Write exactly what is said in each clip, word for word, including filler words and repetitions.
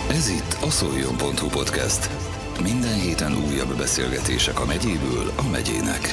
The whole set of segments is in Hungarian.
Ez itt a szóljon pont hu podcast. Minden héten újabb beszélgetések a megyéből a megyének.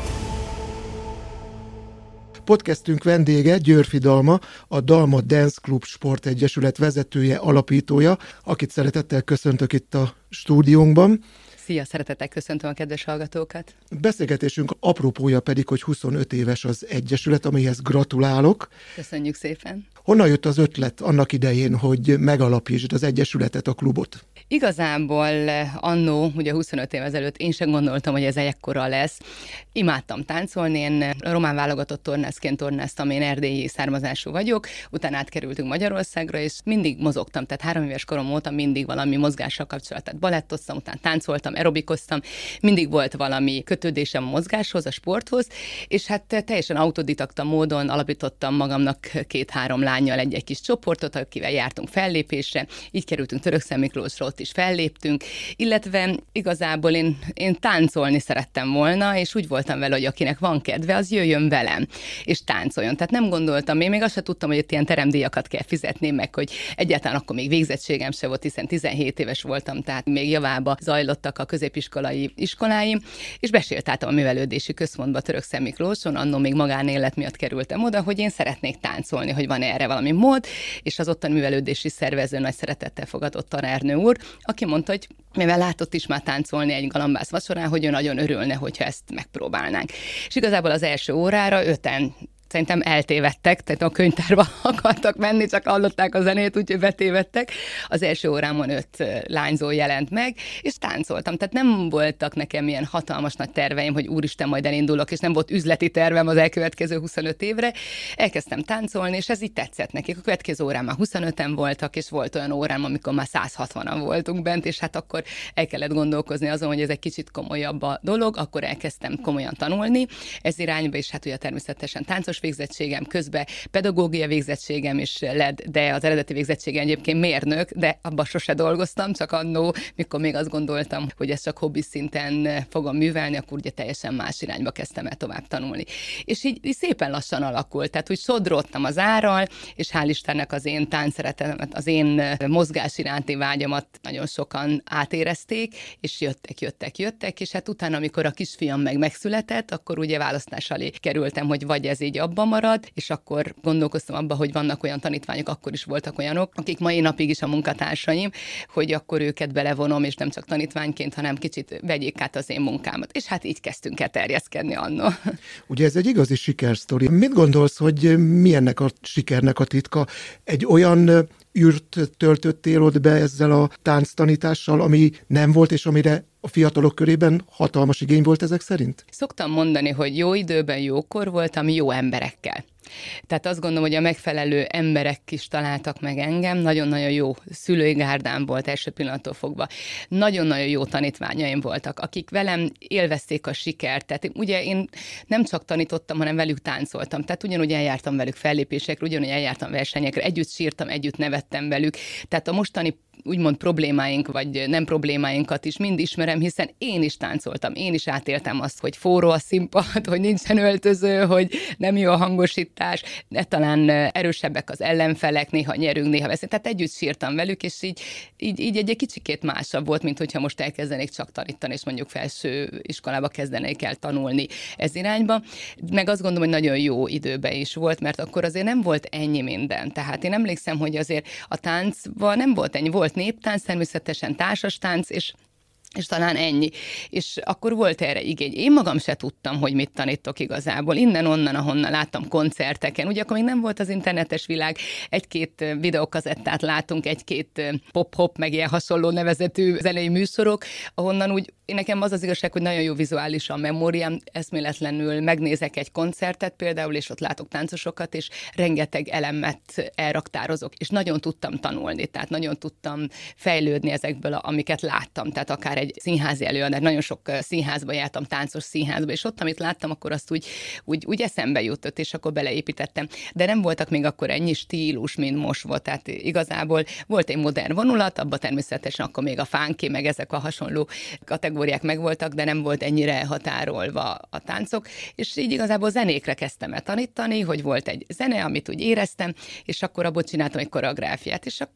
Podcastünk vendége Győrfi Dalma, a Dalma Dance Club Sportegyesület vezetője, alapítója, akit szeretettel köszöntök itt a stúdiónkban. Szia, szeretettel köszöntöm a kedves hallgatókat. Beszélgetésünk apropója pedig, hogy huszonöt éves az egyesület, amihez gratulálok. Köszönjük szépen. Honnan jött az ötlet annak idején, hogy megalapítsd az egyesületet, a klubot? Igazából annó, ugye huszonöt év ezelőtt én sem gondoltam, hogy ez ekkora lesz. Imádtam táncolni, én román válogatott tornászként tornáztam, én erdélyi származású vagyok, utána átkerültünk Magyarországra, és mindig mozogtam, tehát három éves korom óta mindig valami mozgással kapcsolatban. Balettoztam, utána táncoltam, aerobikoztam, mindig volt valami kötődésem a mozgáshoz, a sporthoz, és hát teljesen autodidakta módon alapítottam magamnak két-három lányjal egy-egy kis csoportot, akivel jártunk fellépésre, így kerültünk Törökszentmiklósra, ott is felléptünk, illetve igazából én, én táncolni szerettem volna, és úgy voltam vele, hogy akinek van kedve, az jöjjön velem, és táncoljon. Tehát nem gondoltam, én még azt sem tudtam, hogy itt ilyen teremdíjakat kell fizetni, meg hogy egyáltalán akkor még végzettségem se volt, hiszen tizenhét éves voltam, tehát még javába zajlottak a középiskolai iskoláim, és besétáltam a művelődési központba Törökszentmiklóson, annó még magánélet miatt kerültem oda, hogy én szeretnék táncolni, hogy van erre valami mód, és az ottani művelődési szervező nagy szeretettel fogadott tanárnő úr, aki mondta, hogy mivel látott is már táncolni egy galambász vacsorán, hogy ő nagyon örülne, hogyha ezt megpróbálnánk. És igazából az első órára öten szerintem eltévedtek, tehát a könyvtárba akartak menni, csak hallották a zenét, úgyhogy betévedtek. Az első órámon öt lányzó jelent meg, és táncoltam. Tehát nem voltak nekem ilyen hatalmas nagy terveim, hogy úristen, majd elindulok, és nem volt üzleti tervem az elkövetkező huszonöt évre. Elkezdtem táncolni, és ez így tetszett nekik. A következő órán már huszonöten voltak, és volt olyan órám, amikor már száz hatvanan voltunk bent, és hát akkor el kellett gondolkozni azon, hogy ez egy kicsit komolyabb a dolog, akkor elkezdtem komolyan tanulni ez irányba, és hát ugye természetesen táncos végzettségem, közben pedagógia végzettségem is lett, de az eredeti végzettségem egyébként mérnök, de abban sose dolgoztam, csak annó, mikor még azt gondoltam, hogy ezt csak hobbi szinten fogom művelni, akkor ugye teljesen más irányba kezdtem el tovább tanulni. És így, így szépen lassan alakult, tehát úgy sodródtam az árral, és hál' Istennek az én táncszeretemet, az én mozgás iránti vágyamat nagyon sokan átérezték, és jöttek, jöttek, jöttek, és hát utána, amikor a kisfiam meg megszületett, akkor ugye választás alé kerültem, hogy vagy ez így abban marad, és akkor gondolkoztam abba, hogy vannak olyan tanítványok, akkor is voltak olyanok, akik mai napig is a munkatársaim, hogy akkor őket belevonom, és nem csak tanítványként, hanem kicsit vegyék át az én munkámat. És hát így kezdtünk el terjeszkedni annó. Ugye ez egy igazi sikersztori. Mit gondolsz, hogy mi ennek a sikernek a titka? Egy olyan űrt töltöttél ott be ezzel a tánctanítással, ami nem volt, és amire a fiatalok körében hatalmas igény volt ezek szerint? Szoktam mondani, hogy jó időben, jókor voltam, jó emberekkel. Tehát azt gondolom, hogy a megfelelő emberek is találtak meg engem, nagyon-nagyon jó szülői gárdám volt első pillanattól fogva. Nagyon-nagyon jó tanítványaim voltak, akik velem élvezték a sikert. Tehát ugye én nem csak tanítottam, hanem velük táncoltam. Tehát ugyanúgy eljártam velük fellépésekre, ugyanúgy eljártam versenyekre, együtt sírtam, együtt nevettem velük. Tehát a mostani úgymond problémáink, vagy nem problémáinkat is mind ismerem, hiszen én is táncoltam, én is átéltem azt, hogy forró a színpad, hogy nincsen öltöző, hogy nem jó a hangosítás, de talán erősebbek az ellenfelek, néha nyerünk, néha veszünk. Tehát együtt sírtam velük, és így, így, így egy, egy kicsikét másabb volt, mint hogyha most elkezdenék csak tanítani, és mondjuk felső iskolába kezdenék el tanulni ez irányba. Meg azt gondolom, hogy nagyon jó időben is volt, mert akkor azért nem volt ennyi minden. Tehát én emlékszem, hogy azért a táncban nem volt ennyi, volt néptánc, természetesen társastánc, és és talán ennyi. És akkor volt erre igény. Én magam se tudtam, hogy mit tanítok igazából. Innen-onnan, ahonnan láttam koncerteken. Ugye akkor még nem volt az internetes világ, egy-két videókazettát látunk, egy-két pop-hop, meg ilyen hasonló nevezetű zenei műsorok, ahonnan úgy, én nekem az az igazság, hogy nagyon jó vizuális a memóriám, eszméletlenül megnézek egy koncertet például, és ott látok táncosokat, és rengeteg elemet elraktározok, és nagyon tudtam tanulni, tehát nagyon tudtam fejlődni ezekből, amiket láttam, tehát akár egy színházi előadás, nagyon sok színházba jártam, táncos színházba, és ott, amit láttam, akkor azt úgy, úgy, úgy eszembe jutott, és akkor beleépítettem. De nem voltak még akkor ennyi stílus, mint most volt, tehát igazából volt egy modern vonulat, abban természetesen akkor még a funky, meg ezek a hasonló kategóriák megvoltak, de nem volt ennyire elhatárolva a táncok, és így igazából zenékre kezdtem el tanítani, hogy volt egy zene, amit úgy éreztem, és akkor abból csináltam egy koreográfiát, és akkor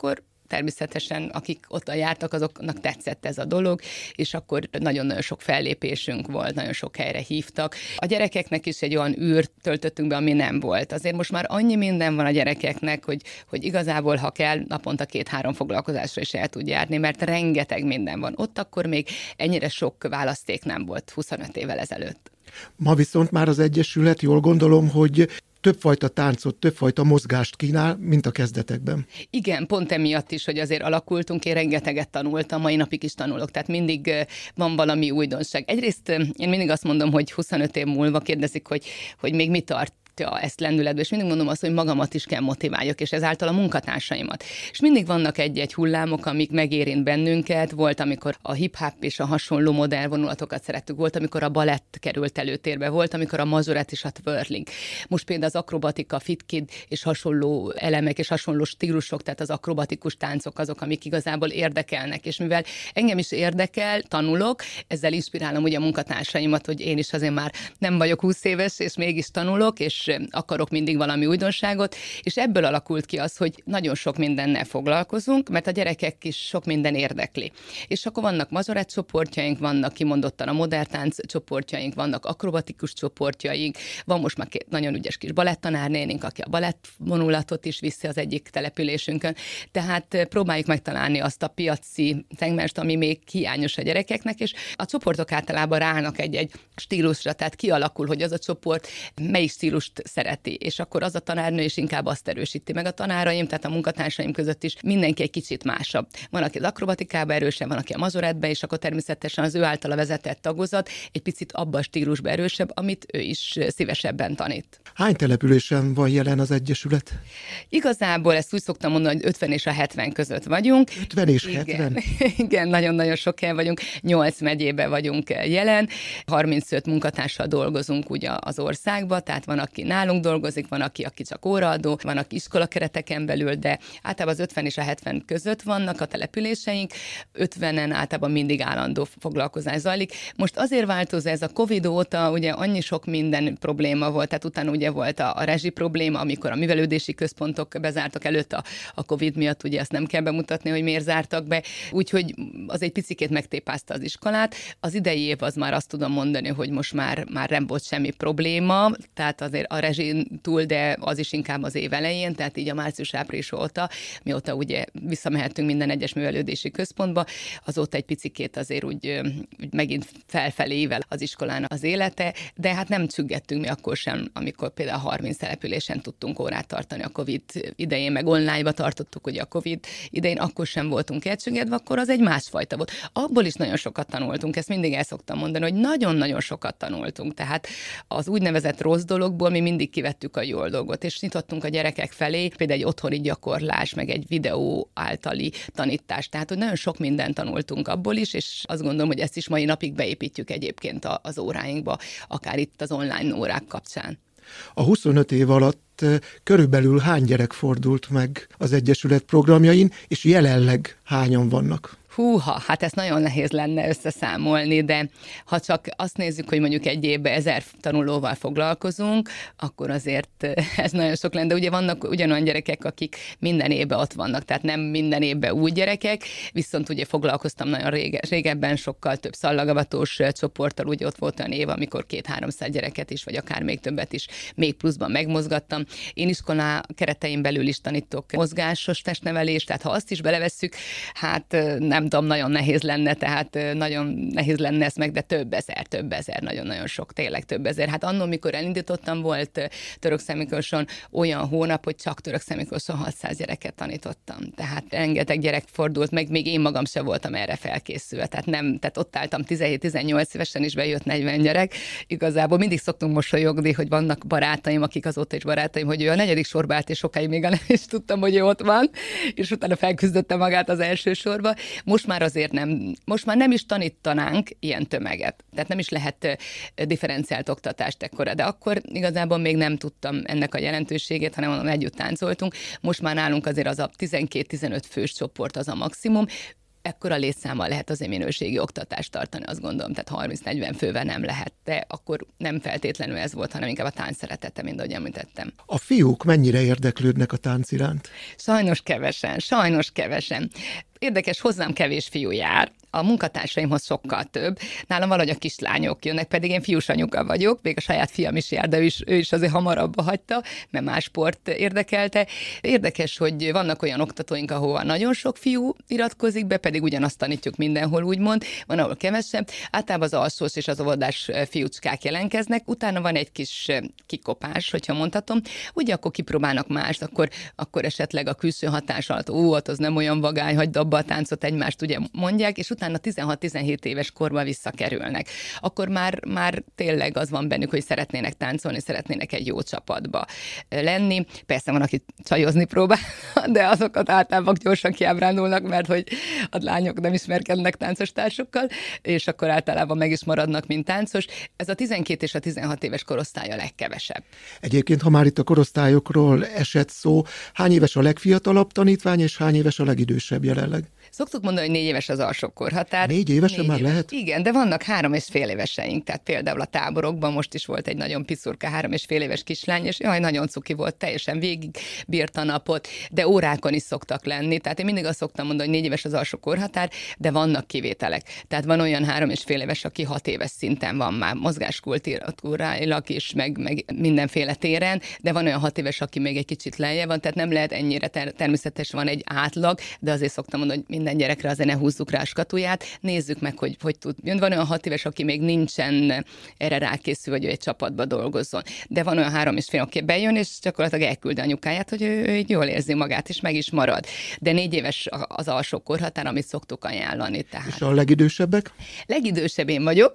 természetesen akik ott jártak, azoknak tetszett ez a dolog, és akkor nagyon-nagyon sok fellépésünk volt, nagyon sok helyre hívtak. A gyerekeknek is egy olyan űrt töltöttünk be, ami nem volt. Azért most már annyi minden van a gyerekeknek, hogy, hogy igazából, ha kell, naponta két-három foglalkozásra is el tud járni, mert rengeteg minden van. Ott akkor még ennyire sok választék nem volt huszonöt évvel ezelőtt. Ma viszont már az Egyesület, jól gondolom, hogy többfajta táncot, többfajta mozgást kínál, mint a kezdetekben. Igen, pont emiatt is, hogy azért alakultunk, én rengeteget tanultam, mai napig is tanulok, tehát mindig van valami újdonság. Egyrészt én mindig azt mondom, hogy huszonöt év múlva kérdezik, hogy, hogy még mi tart ezt lendületbe, és mindig mondom azt, hogy magamat is kell motiváljak, és ezáltal a munkatársaimat. És mindig vannak egy-egy hullámok, amik megérint bennünket, volt, amikor a hip-hop és a hasonló modern vonulatokat szerettük, volt, amikor a balett került előtérbe, volt, amikor a mazurett és a twirling. Most például az akrobatika, fitkid és hasonló elemek és hasonló stílusok, tehát az akrobatikus táncok azok, amik igazából érdekelnek, és mivel engem is érdekel, tanulok, ezzel inspirálom ugye a munkatársaimat, hogy én is azért már nem vagyok húsz éves, és mégis tanulok, és akarok mindig valami újdonságot, és ebből alakult ki az, hogy nagyon sok mindennel foglalkozunk, mert a gyerekek is sok minden érdekli. És akkor vannak mazurett csoportjaink, vannak kimondottan a modern tánc csoportjaink, vannak akrobatikus csoportjaink, van most már két nagyon ügyes kis balettanárnénink, aki a balett vonulatot is viszi az egyik településünkön. Tehát próbáljuk megtalálni azt a piaci szegmenst, ami még hiányos a gyerekeknek, és a csoportok általában ráállnak egy-egy stílusra, tehát kialakul, hogy az a csoport melyik stílust szereti, és akkor az a tanárnő is inkább azt erősíti meg. A tanáraim, tehát a munkatársaim között is mindenki egy kicsit másabb. Van, aki az akrobatikába erősebb, van, aki a mazorettbe, és akkor természetesen az ő általa vezetett tagozat egy picit abba a stílusba erősebb, amit ő is szívesebben tanít. Hány településen van jelen az Egyesület? Igazából ezt úgy szoktam mondani, hogy ötven és a hetven között vagyunk. ötven és Igen. hetven? Igen, nagyon-nagyon sok helyen vagyunk. nyolc megyében vagyunk jelen. harmincöt munkatársal dolgozunk ugye az országba, tehát van, aki nálunk dolgozik, van, aki, aki csak óraadó, van, aki iskolakereteken belül, de általában az ötven és a hetven között vannak a településeink, ötvenen általában mindig állandó foglalkozás zajlik. Most azért változó ez a Covid óta, ugye annyi sok minden probléma volt, tehát utána ugye volt a, a rezsi probléma, amikor a művelődési központok bezártak, előtt a, a Covid miatt, ugye ezt nem kell bemutatni, hogy miért zártak be, úgyhogy az egy picikét megtépázta az iskolát. Az idei év az már azt tudom mondani, hogy most már, már nem volt semmi probléma, tehát azért a rezsin túl, de az is inkább az év elején, tehát így a március-április óta, mióta ugye visszamehettünk minden egyes művelődési központba, azóta egy picikét azért úgy, úgy megint felfelé ível az iskolának az élete, de hát nem csüggettünk mi akkor sem, amikor például harminc településen tudtunk órát tartani a Covid idején, meg online-ba tartottuk ugye a Covid idején, akkor sem voltunk elcsüggedve, akkor az egy másfajta volt. Abból is nagyon sokat tanultunk, ezt mindig el szoktam mondani, hogy nagyon-nagyon sokat tanultunk, tehát az úgynevezett rossz dologból mi mindig kivettük a jó dolgot, és nyitottunk a gyerekek felé, például egy otthoni gyakorlás, meg egy videó általi tanítás, tehát hogy nagyon sok mindent tanultunk abból is, és azt gondolom, hogy ezt is mai napig beépítjük egyébként az óráinkba, akár itt az online órák kapcsán. A huszonöt év alatt körülbelül hány gyerek fordult meg az Egyesület programjain, és jelenleg hányan vannak? Húha, hát ezt nagyon nehéz lenne összeszámolni, de ha csak azt nézzük, hogy mondjuk egy évben ezer tanulóval foglalkozunk, akkor azért ez nagyon sok lenne. De ugye vannak ugyanolyan gyerekek, akik minden évben ott vannak, tehát nem minden évben új gyerekek, viszont ugye foglalkoztam nagyon rége, régebben sokkal több szallagavatós csoporttal, ugye ott volt olyan év, amikor két-háromszáz gyereket is, vagy akár még többet is még pluszban megmozgattam. Én iskolá keretein belül is tanítok mozgásos testnevelést, tehát ha azt is belevesszük, hát nem tudom, nagyon nehéz lenne, tehát nagyon nehéz lenne ezt meg, de több ezer, több ezer, nagyon-nagyon sok, tényleg több ezer. Hát annól, mikor elindítottam, volt Törökszentmiklóson olyan hónap, hogy csak Törökszentmiklóson hatszáz gyereket tanítottam. Tehát rengeteg gyerek fordult meg, még én magam sem voltam erre felkészülve. Tehát nem, tehát ott álltam tizenhét-tizennyolc évesen is bejött negyven gyerek. Igazából mindig szoktunk mosolyogni, hogy vannak barátaim, akik azóta is barátaim, hogy ő a negyedik sorba állt, és sokáig még nem is tudtam, hogy ő ott van, és utána felküzdötte magát az első sorba. Most már azért nem, most már nem is tanítanánk ilyen tömeget. Tehát nem is lehet differenciált oktatást ekkora, de akkor igazából még nem tudtam ennek a jelentőségét, hanem mondom, együtt táncoltunk. Most már nálunk azért az a tizenkét-tizenöt fős csoport az a maximum. ekkora létszámmal lehet azért minőségi oktatást tartani, azt gondolom, tehát harminc-negyven fővel nem lehet, de akkor nem feltétlenül ez volt, hanem inkább a tánc szeretete, mint ahogy említettem. A fiúk mennyire érdeklődnek a tánc iránt? Sajnos kevesen, sajnos kevesen. Érdekes, hozzám kevés fiú jár, a munkatársaimhoz sokkal több. Nálam valahogy a kislányok jönnek, pedig én fiús anyuka vagyok, még a saját fiam is jár, de ő is, ő is azért hamarabb hagyta, mert más sport érdekelte. Érdekes, hogy vannak olyan oktatóink, ahova nagyon sok fiú iratkozik be, pedig ugyanazt tanítjuk mindenhol, úgymond, van, ahol kevesebb. Általában az alsós és az óvodás fiúcskák jelentkeznek, utána van egy kis kikopás, hogyha mondhatom, ugye akkor kipróbálnak mást, akkor, akkor esetleg a külső hatás alatt, ó, hát az nem olyan vagány, hagyd abba a táncot, egymást ugye mondják, és utána tizenhat-tizenhét éves korban visszakerülnek. Akkor már, már tényleg az van bennük, hogy szeretnének táncolni, szeretnének egy jó csapatba lenni. Persze van, aki csajozni próbál, de azokat általában gyorsan kiábrándulnak, mert hogy a lányok nem ismerkednek táncos társukkal, és akkor általában meg is maradnak, mint táncos. Ez a tizenkét és a tizenhat éves korosztály a legkevesebb. Egyébként, ha már itt a korosztályokról esett szó, hány éves a legfiatalabb tanítvány, és hány éves a legidősebb jelenleg? Szoktuk mondani, hogy négy éves az alsó korhatár. Négy évesen négy már éves. lehet? Igen, de vannak három és fél éveseink, tehát például a táborokban most is volt egy nagyon piszurka három és fél éves kislány, és jaj, nagyon cuki volt, teljesen végig bírt a napot, de órákon is szoktak lenni, tehát én mindig azt szoktam mondani, hogy négy éves az alsó korhatár, de vannak kivételek. Tehát van olyan három és fél éves, aki hat éves szinten van már mozgáskultúráilag is, meg, meg mindenféle téren, de van olyan hat éves, aki még egy kicsit lejjebb van, tehát nem lehet ennyire ter- természetes, van egy átlag, de azért szoktam mondani, hogy minden gyerekre azért ne húzzuk rá a skatuját, nézzük meg, hogy hogy tud. Van olyan hat éves, aki még nincsen erre rákészül, hogy ő egy csapatba dolgozzon. De van olyan három és fél, aki bejön, és gyakorlatilag elküldi anyukáját, hogy ő, ő jól érzi magát, és meg is marad. De négy éves az alsó korhatár, amit szoktuk ajánlani. Tehát. És a legidősebbek? Legidősebb én vagyok,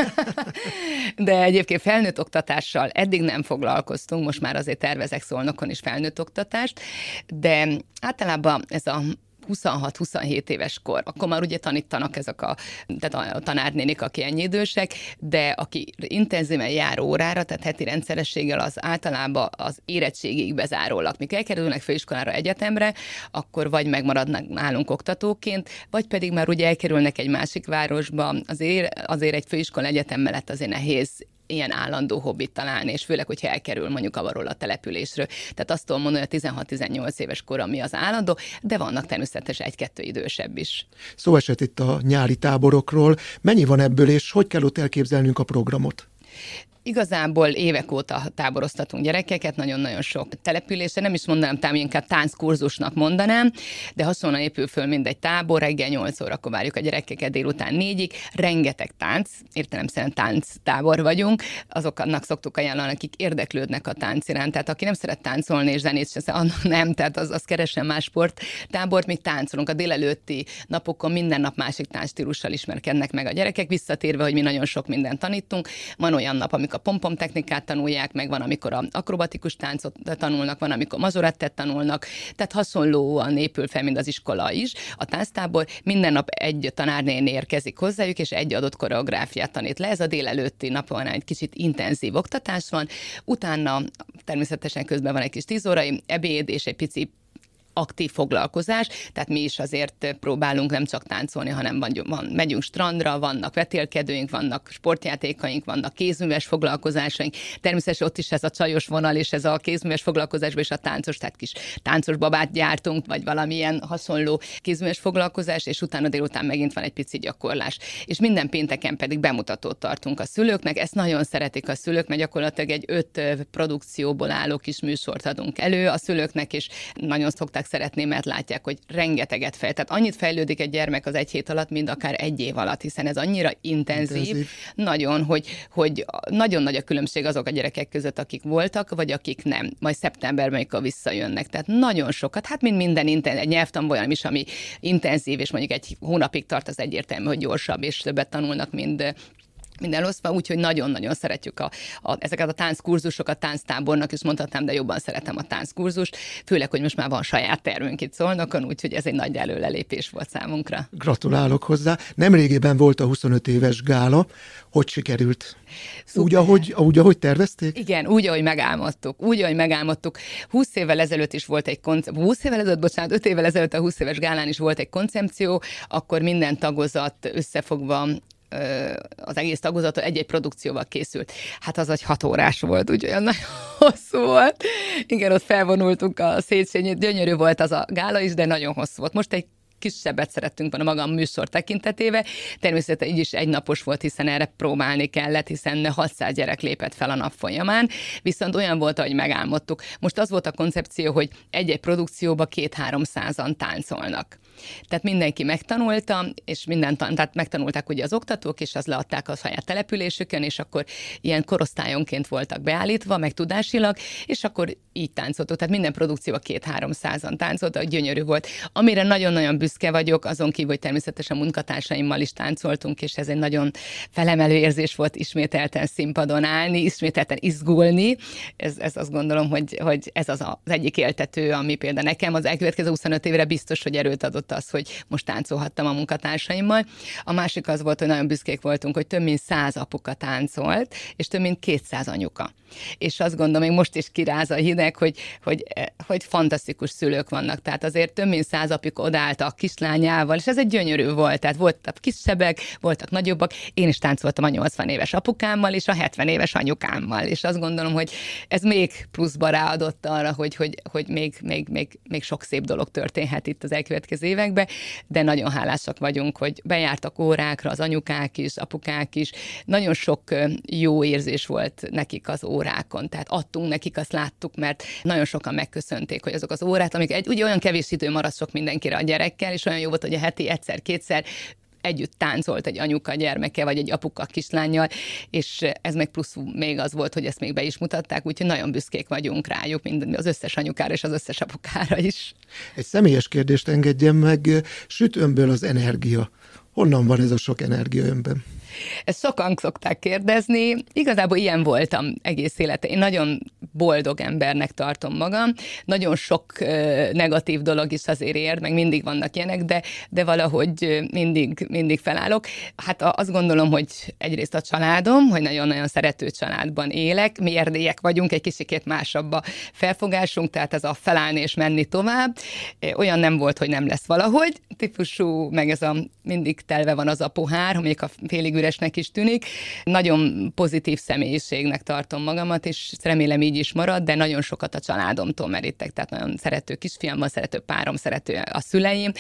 de egyébként felnőtt oktatással eddig nem foglalkoztunk, most már azért tervezek Szolnokon is felnőtt oktatást, de általában ez a huszonhat-huszonhét éves kor, akkor már ugye tanítanak ezek a, tehát a tanárnénik, aki ennyi idősek, de aki intenzíven jár órára, tehát heti rendszerességgel, az általában az érettségig bezárólag. Mikor elkerülnek főiskolára, egyetemre, akkor vagy megmaradnak nálunk oktatóként, vagy pedig már ugye elkerülnek egy másik városba, azért, azért egy főiskola egyetem mellett azért nehéz ilyen állandó hobbit találni, és főleg, hogyha elkerül mondjuk arról a településről. Tehát azt tudom mondani, hogy a tizenhat-tizennyolc éves kor, ami az állandó, de vannak természetesen egy-kettő idősebb is. Szó esett itt a nyári táborokról. Mennyi van ebből, és hogy kell ott elképzelnünk a programot? Igazából évek óta táboroztatunk gyerekeket, nagyon-nagyon sok településre, nem is mondanám, tám inkább tánckurzusnak mondanám, de hasonlóan épül föl mindegy tábor, reggel nyolc órakor várjuk a gyerekeket, délután négyig, rengeteg tánc, értelemszerűen tánctábor vagyunk, azoknak szoktuk ajánlani, akik érdeklődnek a tánc iránt, tehát aki nem szeret táncolni és zenét se, nem, tehát az, az keressen más sporttábort, mi táncolunk a délelőtti napokon, minden nap másik táncstílussal ismerkednek meg a gyerekek, visszatérve, hogy mi nagyon sok mindent tanítunk, van olyan nap, amikor a pompom technikát tanulják, meg van, amikor a akrobatikus táncot tanulnak, van, amikor mazorettet tanulnak, tehát hasonlóan épül fel, mint az iskola is. A tánctábor minden nap egy tanárnéni érkezik hozzájuk, és egy adott koreográfiát tanít le. Ez a délelőtti napon egy kicsit intenzív oktatás van, utána természetesen közben van egy kis tíz órai ebéd, és egy pici aktív foglalkozás, tehát mi is azért próbálunk nem csak táncolni, hanem van, van, megyünk strandra, vannak vetélkedőink, vannak sportjátékaink, vannak kézműves foglalkozásaink, természetesen ott is ez a csajos vonal, és ez a kézműves foglalkozásban is a táncos, tehát kis táncos babát gyártunk, vagy valamilyen hasonló kézműves foglalkozás, és utána délután megint van egy pici gyakorlás. És minden pénteken pedig bemutatót tartunk a szülőknek, ezt nagyon szeretik a szülők, mert gyakorlatilag egy öt produkcióból álló kis műsort adunk elő a szülőknek, és nagyon szokták szeretni, mert látják, hogy rengeteget fejl. Tehát annyit fejlődik egy gyermek az egy hét alatt, mint akár egy év alatt, hiszen ez annyira intenzív, intenzív. nagyon, hogy, hogy nagyon nagy a különbség azok a gyerekek között, akik voltak, vagy akik nem. Majd szeptemberben, amikor visszajönnek. Tehát nagyon sokat, hát mint minden intenzív, egy nyelvtanban olyan is, ami intenzív, és mondjuk egy hónapig tart, az egyértelmű, hogy gyorsabb, és többet tanulnak, mint minden osztva, úgyhogy nagyon-nagyon szeretjük a, a, ezeket a tánckurzusokat, tánctábornak is mondhatnám, de jobban szeretem a tánckurzust, főleg, hogy most már van saját termünk itt Szolnokon, úgyhogy ez egy nagy előrelépés volt számunkra. Gratulálok hozzá. Nemrégiben volt a huszonöt éves gála. Hogy sikerült? Szuper. Úgy, ahogy, úgy, ahogy tervezték? Igen, úgy, ahogy megálmodtuk. Úgy, ahogy megálmodtuk. húsz évvel ezelőtt is volt egy koncepció, húsz évvel ezelőtt, bocsánat, öt évvel ezelőtt a húsz éves gálán is volt egy koncepció, akkor minden tagozat összefogva az egész tagozat egy-egy produkcióval készült. Hát az egy hat órás volt, úgyhogy nagyon hosszú volt. Igen, ott felvonultunk a Széchenyi, gyönyörű volt az a gála is, de nagyon hosszú volt. Most egy kisebbet szerettünk volna maga a műsor tekintetébe. Természetesen így is egynapos volt, hiszen erre próbálni kellett, hiszen hatszáz gyerek lépett fel a nap folyamán, viszont olyan volt, ahogy megálmodtuk. Most az volt a koncepció, hogy egy-egy produkcióba két-háromszázan táncolnak. Tehát mindenki megtanulta, és minden, tehát megtanulták ugye az oktatók, és az leadták a saját településükön, és akkor ilyen korosztályonként voltak beállítva, meg tudásilag, és akkor így táncoltuk. Tehát minden produkcióban két-háromszázan táncoltak, gyönyörű volt. Amire nagyon-nagyon büszke vagyok, azon kívül, hogy természetesen munkatársaimmal is táncoltunk, és ez egy nagyon felemelő érzés volt ismételten színpadon állni, ismételten izgulni. Ez, ez azt gondolom, hogy, hogy ez az, az egyik éltető, ami például nekem az elkövetkező huszonöt évre biztos, hogy erőt adott az, hogy most táncolhattam a munkatársaimmal. A másik az volt, hogy nagyon büszkék voltunk, hogy több mint száz apuka táncolt, és több mint kétszáz anyuka. És azt gondolom, még most is kiráz a hideg, hogy, hogy, hogy fantasztikus szülők vannak. Tehát azért több mint száz apuka odaállt a kislányával, és ez egy gyönyörű volt. Tehát voltak kisebbek, voltak nagyobbak. Én is táncoltam a nyolcvan éves apukámmal, és a hetven éves anyukámmal. És azt gondolom, hogy ez még pluszba ráadott arra, hogy, hogy, hogy még, még, még, még sok szép dolog történhet itt az elkövetkező években, de nagyon hálásak vagyunk, hogy bejártak órákra az anyukák is, apukák is. Nagyon sok jó érzés volt nekik az órákon, tehát adtunk nekik, azt láttuk, mert nagyon sokan megköszönték, hogy azok az órát, amik egy, ugye olyan kevés idő maradt sok mindenkire a gyerekkel, és olyan jó volt, hogy a heti egyszer-kétszer együtt táncolt egy anyuka gyermeke, vagy egy apuka kislánnyal, és ez meg plusz még az volt, hogy ezt még be is mutatták, úgyhogy nagyon büszkék vagyunk rájuk, mind az összes anyukára és az összes apukára is. Egy személyes kérdést engedjen meg, süt önből az energia. Honnan van ez a sok energia önben? Ezt sokan szokták kérdezni. Igazából ilyen voltam egész életem. Én nagyon boldog embernek tartom magam. Nagyon sok uh, negatív dolog is azért ér, meg mindig vannak ilyenek, de, de valahogy mindig, mindig felállok. Hát azt gondolom, hogy egyrészt a családom, hogy nagyon-nagyon szerető családban élek. Mi erdélyek vagyunk, egy kicsikét másabb a felfogásunk, tehát ez a felállni és menni tovább. Olyan nem volt, hogy nem lesz valahogy típusú, meg ez a mindig telve van az a pohár, amelyik a félig üresnek is tűnik. Nagyon pozitív személyiségnek tartom magamat, és remélem így is marad, de nagyon sokat a családomtól merítek, tehát nagyon szerető kisfiam van, szerető párom, szerető a szüleim,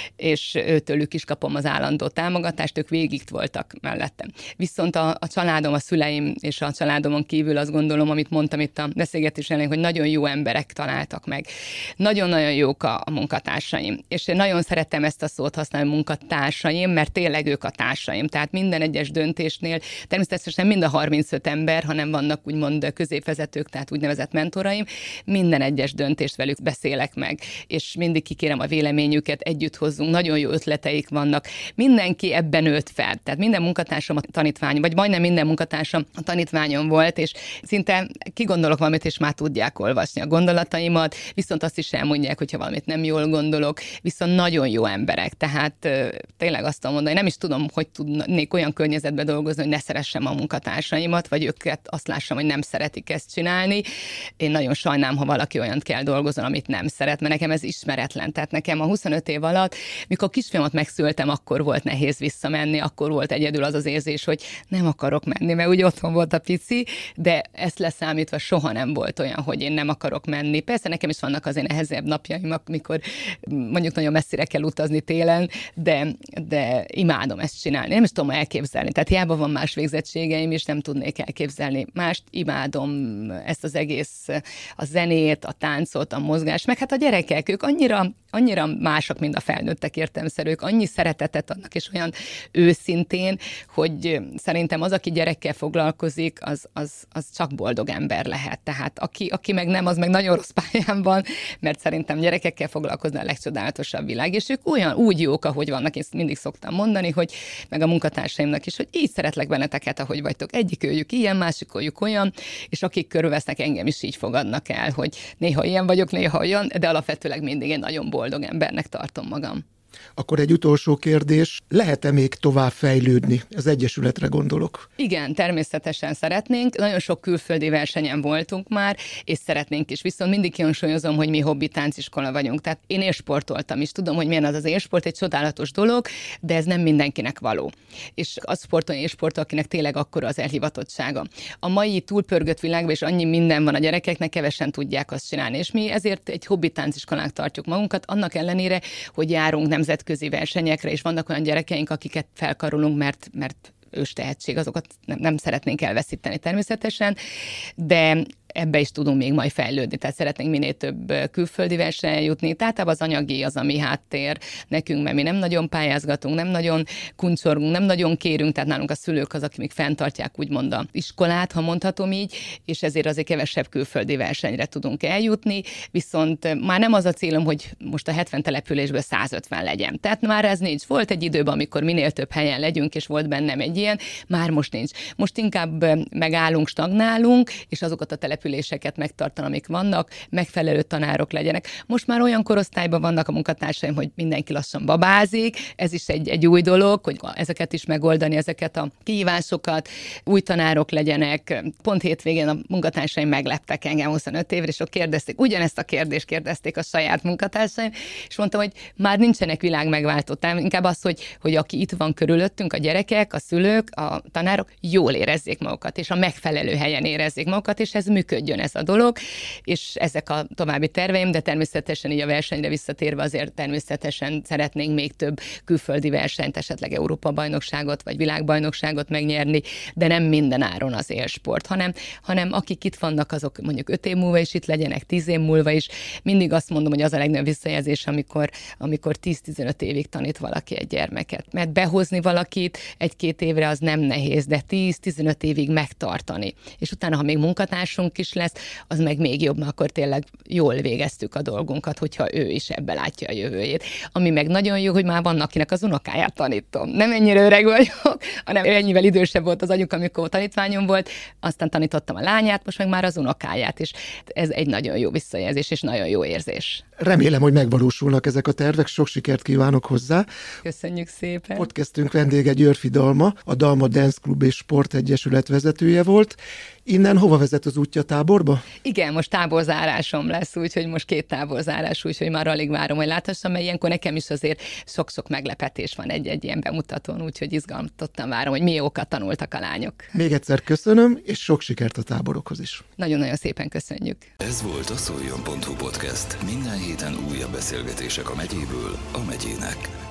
és őtőlük is kapom az állandó támogatást, ők végig voltak mellettem. Viszont a, a családom, a szüleim és a családomon kívül azt gondolom, amit mondtam itt a beszélgetés elején, hogy nagyon jó emberek találtak meg. Nagyon-nagyon jók a, a munkatársaim, és én nagyon szeretem ezt a szót használni, munkatársaim, mert tényleg ők a társaim, tehát minden egyes döntésnél, természetesen mind a harmincöt ember, hanem vannak úgymond középvezetők, tehát úgynevezett mentoraim, minden egyes döntést velük beszélek meg, és mindig kikérem a véleményüket, együtt hozzunk, nagyon jó ötleteik vannak, mindenki ebben nőtt fel, tehát minden munkatársam a tanítvány, vagy majdnem minden munkatársam a tanítványom volt, és szinte kigondolok valamit, és már tudják olvasni a gondolataimat, viszont azt is elmondják, hogyha valamit nem jól gondolok, viszont nagyon jó emberek, tehát tényleg azt tudom mondani, nem is tudom, hogy tudnék olyan környezetben dolgozni, hogy ne szeressem a munkatársaimat, vagy őket azt lássam, hogy nem szeretik ezt csinálni. Én nagyon sajnálom, ha valaki olyan kell dolgozni, amit nem szeret, mert nekem ez ismeretlen. Tehát nekem a huszonöt év alatt, mikor kisfiamat megszültem, akkor volt nehéz visszamenni, akkor volt egyedül az az érzés, hogy nem akarok menni, mert úgy otthon volt a pici, de ezt leszámítva soha nem volt olyan, hogy én nem akarok menni. Persze nekem is vannak azért nehezebb napjaim, amikor mondjuk nagyon messzire kell utazni télen, de, de imádom ezt csinálni. Nem is tudom elképzelni. Tehát hiába van más végzettségeim, és nem tudnék elképzelni mást. Imádom ezt az egész, a zenét, a táncot, a mozgást, meg hát a gyerekek, ők annyira, annyira mások, mint a felnőttek értelemszerűek, annyi szeretetet adnak, és olyan őszintén, hogy szerintem az, aki gyerekkel foglalkozik, az, az, az csak boldog ember lehet. Tehát aki, aki meg nem, az meg nagyon rossz pályán van, mert szerintem gyerekekkel foglalkozni a legcsodálatosabb világ, és ők olyan úgy jók, ahogy vannak, én mindig szoktam mondani, hogy meg a munkatársaimnak mondanak is, hogy így szeretlek benneteket, ahogy vagytok. Egyik őjük ilyen, másik őjük olyan, és akik körülvesznek, engem is így fogadnak el, hogy néha ilyen vagyok, néha olyan, de alapvetőleg mindig én nagyon boldog embernek tartom magam. Akkor egy utolsó kérdés, lehet-e még tovább fejlődni? Az Egyesületre gondolok. Igen, természetesen szeretnénk. Nagyon sok külföldi versenyen voltunk már, és szeretnénk is. Viszont mindig kihangsúlyozom, hogy mi hobbi tánciskola vagyunk. Tehát én élsportoltam is. Tudom, hogy milyen az az élsport, egy csodálatos dolog, de ez nem mindenkinek való. És az sporton élsport, akinek tényleg akkora az elhivatottsága. A mai túlpörgött világban, és annyi minden van a gyerekeknek, kevesen tudják azt csinálni. És mi ezért egy hobbi tánciskolának tartjuk magunkat, annak ellenére, hogy járunk nemzetközi versenyekre, és vannak olyan gyerekeink, akiket felkarolunk, mert, mert ős tehetség, azokat nem, nem szeretnénk elveszíteni természetesen, de ebbe is tudunk még majd fejlődni, tehát szeretnénk minél több külföldi versenyen jutni, tehát az anyagi az, ami háttér nekünk, mert mi nem nagyon pályázgatunk, nem nagyon kuncsorgunk, nem nagyon kérünk, tehát nálunk a szülők az, akik még fenntartják úgymond a iskolát, ha mondhatom így, és ezért azért kevesebb külföldi versenyre tudunk eljutni, viszont már nem az a célom, hogy most a hetven településből százötven legyen. Tehát már ez nincs. Volt egy időben, amikor minél több helyen legyünk, és volt bennem egy ilyen, már most nincs. Most inkább megállunk, stagnálunk, és azokat a településeket megtartani, amik vannak, megfelelő tanárok legyenek. Most már olyan korosztályban vannak a munkatársaim, hogy mindenki lassan babázik, ez is egy, egy új dolog, hogy ezeket is megoldani, ezeket a kihívásokat, új tanárok legyenek. Pont hétvégén a munkatársaim megleptek engem huszonöt évre, és ott kérdezték, ugyanezt a kérdést kérdezték a saját munkatársaim, és mondtam, hogy már nincsenek világ megváltott, inkább az, hogy, hogy aki itt van körülöttünk, a gyerekek, a szülők, a tanárok jól érezzék magukat, és a megfelelő helyen érezzék magukat, és ez működjön ez a dolog, és ezek a további terveim, de természetesen így a versenyre visszatérve azért természetesen szeretnénk még több külföldi versenyt, esetleg Európa-bajnokságot vagy világbajnokságot megnyerni, de nem minden áron az élsport, hanem, hanem akik itt vannak, azok mondjuk öt év múlva is itt legyenek, tíz év múlva is. Mindig azt mondom, hogy az a legnagyobb visszajelzés, amikor, amikor tíz-tizenöt évig tanít valaki egy gyermeket. Mert behozni valakit egy-két évre az nem nehéz, de tíz-tizenöt évig megtartani. És utána, ha még munkatársunk is lesz, az meg még jobb, mert akkor tényleg jól végeztük a dolgunkat, hogyha ő is ebbe látja a jövőjét. Ami meg nagyon jó, hogy már vannak, akinek az unokáját tanítom. Nem ennyire öreg vagyok, hanem ennyivel idősebb volt az anyuk, amikor tanítványom volt, aztán tanítottam a lányát, most meg már az unokáját, és ez egy nagyon jó visszajelzés, és nagyon jó érzés. Remélem, hogy megvalósulnak ezek a tervek, sok sikert kívánok hozzá. Köszönjük szépen. Podcastünk vendége Györfi Dalma, a Dalma Dance Club és Sportegyesület vezetője volt. Innen hova vezet az útja, táborba? Igen, most táborzárásom lesz, úgyhogy most két táborzárás, úgyhogy már alig várom, hogy láthassam, mert ilyenkor nekem is azért sok-sok meglepetés van egy-egy ilyen bemutatón, úgyhogy izgalmatottan várom, hogy mi jókat tanultak a lányok. Még egyszer köszönöm, és sok sikert a táborokhoz is. Nagyon-nagyon szépen köszönjük. Ez volt a szoljon pont hu podcast. Minden héten újabb beszélgetések a megyéből a megyének.